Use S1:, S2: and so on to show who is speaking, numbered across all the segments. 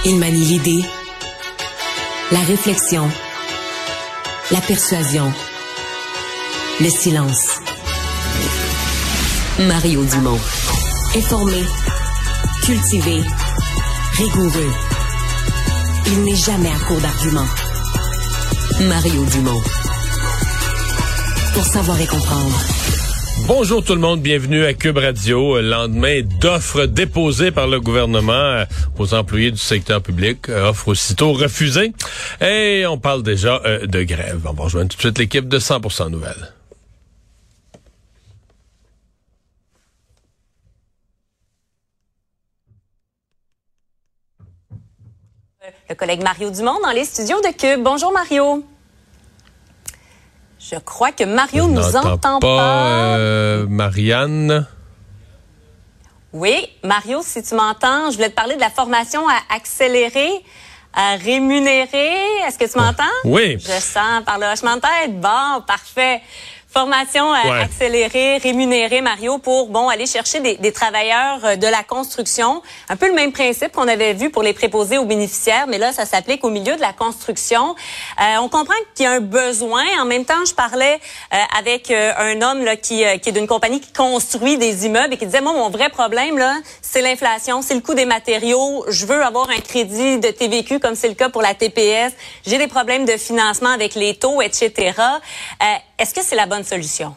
S1: Il manie l'idée, la réflexion, la persuasion, le silence. Mario Dumont. Informé, cultivé, rigoureux. Il n'est jamais à court d'arguments. Mario Dumont. Pour savoir et comprendre.
S2: Bonjour tout le monde, bienvenue à Cube Radio. Lendemain d'offres déposées par le gouvernement aux employés du secteur public, offres aussitôt refusées. Et on parle déjà de grève. On va rejoindre tout de suite l'équipe de 100% Nouvelles.
S3: Le collègue Mario Dumont dans les studios de Cube. Bonjour Mario. Je crois que Mario nous entend pas.
S2: Marianne.
S3: Oui, Mario, si tu m'entends, je voulais te parler de la formation à accélérer, à rémunérer. Est-ce que tu m'entends?
S2: Oui.
S3: Je sens par le hochement de tête. Bon, parfait. Formation accélérée, rémunérée, Mario, pour aller chercher des travailleurs de la construction. Un peu le même principe qu'on avait vu pour les préposés aux bénéficiaires, mais là, ça s'applique au milieu de la construction. On comprend qu'il y a un besoin. En même temps, je parlais avec un homme là qui est d'une compagnie qui construit des immeubles et qui disait, moi, mon vrai problème, là, c'est l'inflation, c'est le coût des matériaux. Je veux avoir un crédit de TVQ comme c'est le cas pour la TPS. J'ai des problèmes de financement avec les taux, etc. Est-ce que c'est la bonne solution?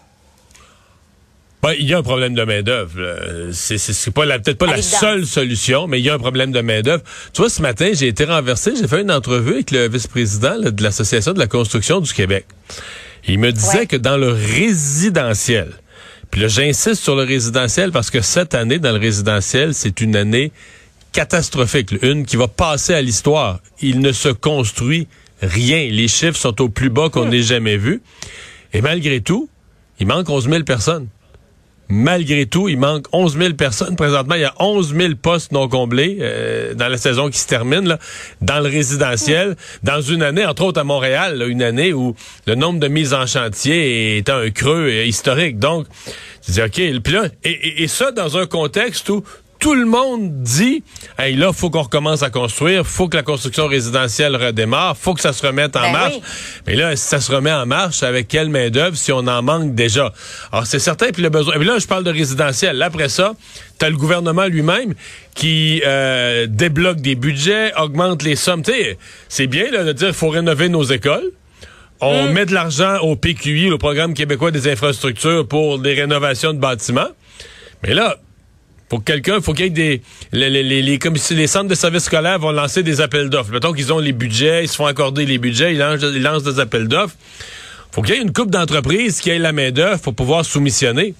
S2: Ben, il y a un problème de main-d'œuvre. C'est pas peut-être pas la seule solution, mais il y a un problème de main-d'œuvre. Tu vois, ce matin, j'ai été renversé. J'ai fait une entrevue avec le vice-président de l'Association de la construction du Québec. Il me disait que dans le résidentiel, puis là, j'insiste sur le résidentiel parce que cette année, dans le résidentiel, c'est une année catastrophique. Une qui va passer à l'histoire. Il ne se construit rien. Les chiffres sont au plus bas qu'on ait jamais vu. Et malgré tout, il manque 11 000 personnes. Malgré tout, il manque 11 000 personnes. Présentement, il y a 11 000 postes non comblés dans la saison qui se termine, là, dans le résidentiel, dans une année, entre autres à Montréal, là, une année où le nombre de mises en chantier est à un creux historique. Donc, tu dis, OK, puis là, et ça dans un contexte où tout le monde dit, hey, là, faut qu'on recommence à construire, faut que la construction résidentielle redémarre, faut que ça se remette en marche. Oui. Mais là, si ça se remet en marche, avec quelle main-d'œuvre si on en manque déjà? Alors, c'est certain, puis le besoin. Et puis là, je parle de résidentiel. Là, après ça, t'as le gouvernement lui-même qui débloque des budgets, augmente les sommes. Tu sais, c'est bien là, de dire qu'il faut rénover nos écoles. On met de l'argent au PQI, le Programme québécois des infrastructures, pour des rénovations de bâtiments. Mais là, faut qu'il y ait les centres de services scolaires vont lancer des appels d'offres. Mettons qu'ils ont les budgets, ils se font accorder les budgets, ils lancent des appels d'offres. Faut qu'il y ait une couple d'entreprises qui aient la main-d'œuvre pour pouvoir soumissionner.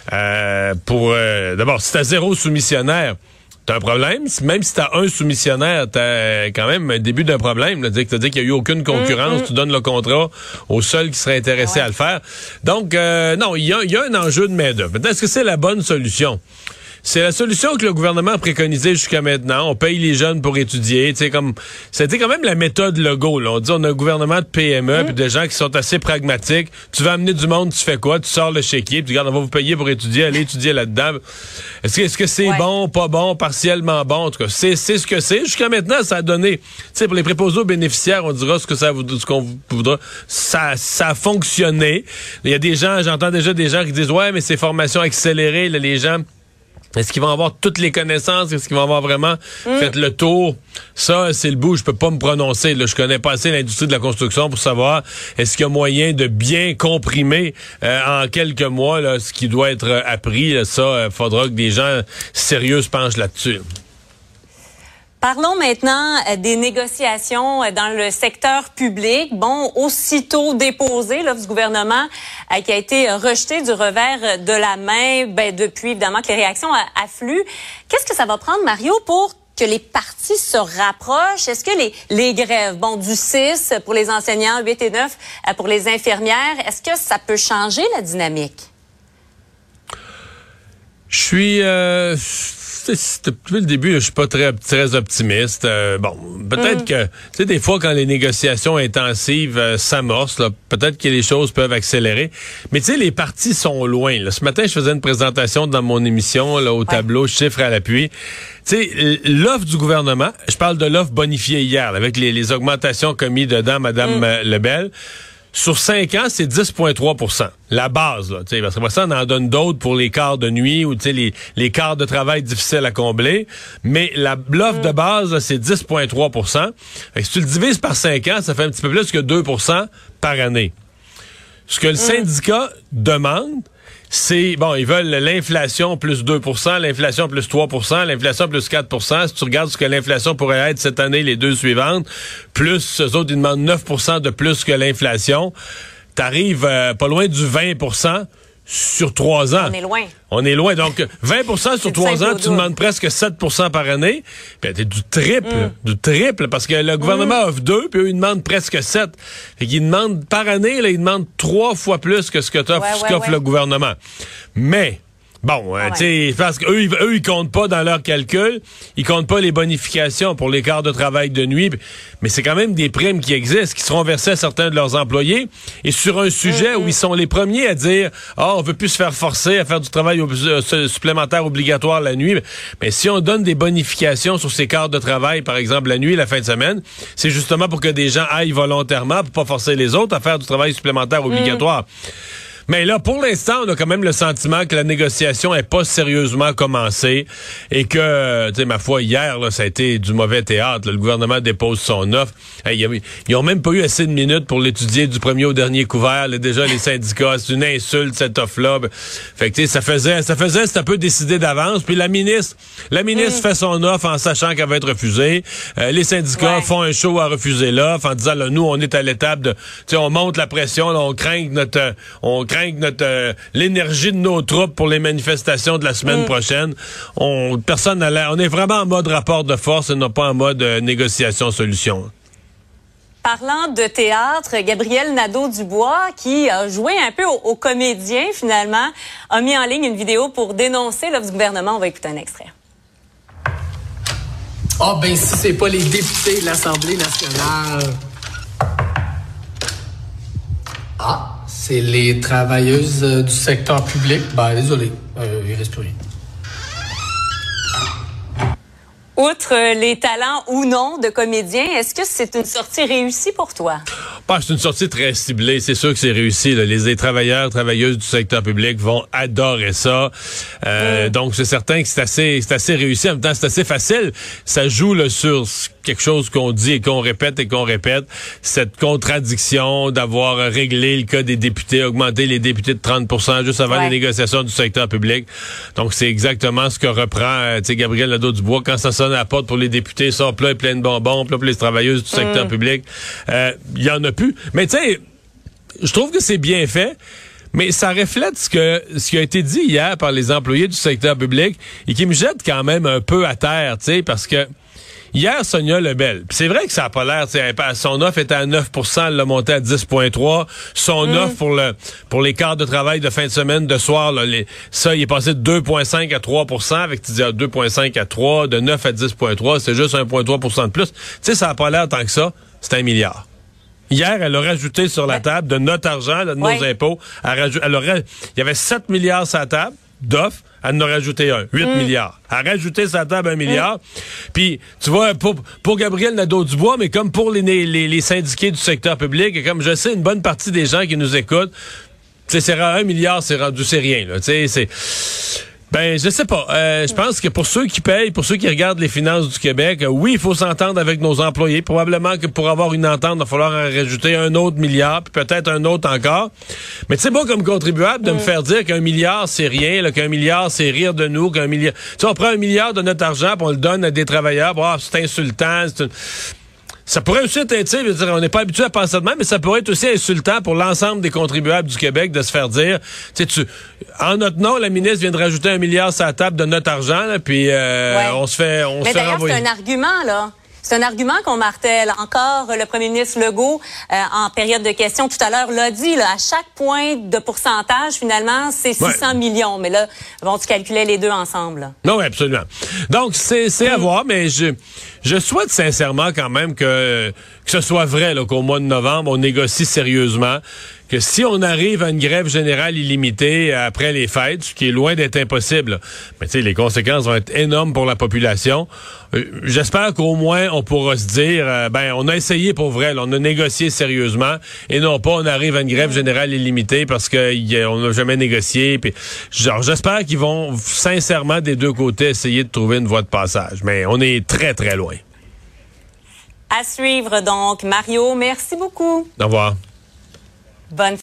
S2: D'abord, si t'as 0 soumissionnaire, t'as un problème. Même si t'as un soumissionnaire, t'as quand même un début d'un problème. T'as dit qu'il n'y a eu aucune concurrence, tu donnes le contrat au seul qui serait intéressé à le faire. Donc, non, il y a un enjeu de main-d'œuvre. Maintenant, est-ce que c'est la bonne solution? C'est la solution que le gouvernement a préconisée jusqu'à maintenant. On paye les jeunes pour étudier. C'était quand même la méthode Legault. Là. On dit on a un gouvernement de PME puis des gens qui sont assez pragmatiques. Tu veux amener du monde, tu fais quoi? Tu sors le chéquier, puis tu dis, regarde, on va vous payer pour étudier, allez étudier là-dedden. Est-ce que c'est bon, pas bon, partiellement bon? En tout cas, c'est ce que c'est. Jusqu'à maintenant, ça a donné. Tu sais, pour les préposés aux bénéficiaires, on dira ce qu'on voudra. Ça a fonctionné. Il y a des gens, j'entends déjà des gens qui disent ouais, mais c'est formation accélérée, là, les gens. Est-ce qu'ils vont avoir toutes les connaissances? Est-ce qu'ils vont avoir vraiment fait le tour? Ça, c'est le bout. Je peux pas me prononcer. Là, je connais pas assez l'industrie de la construction pour savoir est-ce qu'il y a moyen de bien comprimer en quelques mois là, ce qui doit être appris. Là, ça, faudra que des gens sérieux se penchent là-dessus.
S3: Parlons maintenant des négociations dans le secteur public. Bon, aussitôt déposé là, du gouvernement qui a été rejeté du revers de la main depuis évidemment que les réactions affluent. Qu'est-ce que ça va prendre, Mario, pour que les partis se rapprochent? Est-ce que les grèves, du 6 pour les enseignants, 8 et 9 pour les infirmières, est-ce que ça peut changer la dynamique?
S2: Je suis... depuis le début, je suis pas très optimiste. Peut-être que, tu sais, des fois, quand les négociations intensives s'amorcent, là, peut-être que les choses peuvent accélérer. Mais tu sais, les partis sont loin. Là. Ce matin, je faisais une présentation dans mon émission là, au tableau, chiffres à l'appui. Tu sais, l'offre du gouvernement, je parle de l'offre bonifiée hier, là, avec les augmentations qu'a mis dedans Mme Lebel. Sur 5 ans, c'est 10,3 %. La base, là, tu sais, parce que ça, on en donne d'autres pour les quarts de nuit ou, tu sais, les quarts de travail difficiles à combler. Mais l'offre de base, là, c'est 10,3 %. Fait que si tu le divises par 5 ans, ça fait un petit peu plus que 2 % par année. Ce que le syndicat demande, c'est, ils veulent l'inflation plus 2 %, l'inflation plus 3 % l'inflation plus 4 %. Si tu regardes ce que l'inflation pourrait être cette année, les deux suivantes, plus eux autres, ils demandent 9 % de plus que l'inflation, t'arrives pas loin du 20 % sur 3 ans. On est loin. Donc, 20 % sur 3 ans, tu demandes presque 7 % par année. Puis t'es du triple, parce que le gouvernement offre 2, puis eux, ils demandent presque 7. Fait qu'ils demandent, par année, là, ils demandent 3 fois plus que ce qu'offre le gouvernement. Mais, tu sais, parce qu'eux, ils comptent pas dans leur calcul, ils comptent pas les bonifications pour les quarts de travail de nuit, mais c'est quand même des primes qui existent, qui seront versées à certains de leurs employés, et sur un sujet où ils sont les premiers à dire, on veut plus se faire forcer à faire du travail supplémentaire obligatoire la nuit, mais si on donne des bonifications sur ces quarts de travail, par exemple la nuit, la fin de semaine, c'est justement pour que des gens aillent volontairement, pour pas forcer les autres à faire du travail supplémentaire obligatoire. Mais là, pour l'instant, on a quand même le sentiment que la négociation n'est pas sérieusement commencée et que, tu sais, ma foi, hier, là, ça a été du mauvais théâtre. Là. Le gouvernement dépose son offre. Ils ont même pas eu assez de minutes pour l'étudier du premier au dernier couvert. Là, déjà, les syndicats, c'est une insulte, cette offre-là. Fait que, tu sais, ça faisait, c'est un peu décidé d'avance. Puis la ministre fait son offre en sachant qu'elle va être refusée. Les syndicats font un show à refuser l'offre en disant, là, nous, on est à l'étape de, tu sais, on monte la pression, là, on craint l'énergie de nos troupes pour les manifestations de la semaine prochaine. Personne n'a l'air. On est vraiment en mode rapport de force et non pas en mode négociation-solution.
S3: Parlant de théâtre, Gabriel Nadeau-Dubois, qui a joué un peu aux comédiens, finalement, a mis en ligne une vidéo pour dénoncer l'offre du gouvernement. On va écouter un extrait.
S4: Si c'est pas les députés de l'Assemblée nationale... c'est les travailleuses du secteur public. Désolé, il reste plus rien.
S3: Outre les talents ou non de comédiens, est-ce que c'est une sortie réussie pour toi?
S2: C'est une sortie très ciblée. C'est sûr que c'est réussi. Là. Les travailleuses du secteur public vont adorer ça. Donc, c'est certain que c'est assez réussi. En même temps, c'est assez facile. Ça joue là, sur quelque chose qu'on dit et qu'on répète. Cette contradiction d'avoir réglé le cas des députés, augmenté les députés de 30 % juste avant les négociations du secteur public. Donc, c'est exactement ce que reprend Gabriel Nadeau-Dubois quand ça sonne à la porte pour les députés. Ça, plat et plein de bonbons, plat pour les travailleuses du secteur public. Il y en a plus. Mais tu sais, je trouve que c'est bien fait. Mais ça reflète ce qui a été dit hier par les employés du secteur public et qui me jette quand même un peu à terre, tu sais, parce que hier, Sonia Lebel, c'est vrai que ça n'a pas l'air, son offre était à 9 %, elle l'a monté à 10,3 %. Son offre pour les quarts de travail de fin de semaine, de soir, là, il est passé de 2,5 à 3 % avec, tu dis, 2,5 à 3, de 9 à 10,3, c'est juste 1,3 % de plus. Tu sais, ça n'a pas l'air tant que ça, c'est 1 milliard. Hier, elle a rajouté sur la table de notre argent, là, de nos impôts, il y avait 7 milliards sur la table d'offres, elle en a rajouté 8 milliards. Elle a rajouté sur la table 1 milliard. Puis, tu vois, pour Gabriel Nadeau-Dubois, mais comme pour les syndiqués du secteur public, et comme je sais, une bonne partie des gens qui nous écoutent, tu sais, c'est 1 milliard, c'est rien, là. Tu sais, je sais pas. Je pense que pour ceux qui payent, pour ceux qui regardent les finances du Québec, oui, il faut s'entendre avec nos employés. Probablement que pour avoir une entente, il va falloir en rajouter un autre milliard, puis peut-être un autre encore. Mais tu sais, moi, comme contribuable, de me faire dire qu'1 milliard, c'est rien, là, qu'1 milliard, c'est rire de nous, qu'1 milliard... Tu sais, on prend 1 milliard de notre argent, puis on le donne à des travailleurs. C'est insultant, Ça pourrait aussi être, tu sais, on n'est pas habitué à penser de même, mais ça pourrait être aussi insultant pour l'ensemble des contribuables du Québec de se faire dire, tu sais, en notre nom, la ministre vient de rajouter 1 milliard sur la table de notre argent, là, puis on se fait
S3: Mais d'ailleurs,
S2: renvoyer.
S3: c'est un argument, là. C'est un argument qu'on martèle. Encore, le premier ministre Legault, en période de questions tout à l'heure, l'a dit, là, à chaque point de pourcentage, finalement, c'est 600 millions. Mais là, bon, tu calculais les deux ensemble. Là.
S2: Non, absolument. Donc, c'est à voir, mais je souhaite sincèrement quand même que ce soit vrai, là, qu'au mois de novembre, on négocie sérieusement, que si on arrive à une grève générale illimitée après les fêtes, ce qui est loin d'être impossible, mais tu sais, les conséquences vont être énormes pour la population. J'espère qu'au moins on pourra se dire, on a essayé pour vrai, là, on a négocié sérieusement, et non pas on arrive à une grève générale illimitée parce qu'on n'a jamais négocié. Puis, genre, j'espère qu'ils vont sincèrement des deux côtés essayer de trouver une voie de passage, mais on est très très loin.
S3: À suivre donc, Mario. Merci beaucoup.
S2: Au revoir.
S3: Bonne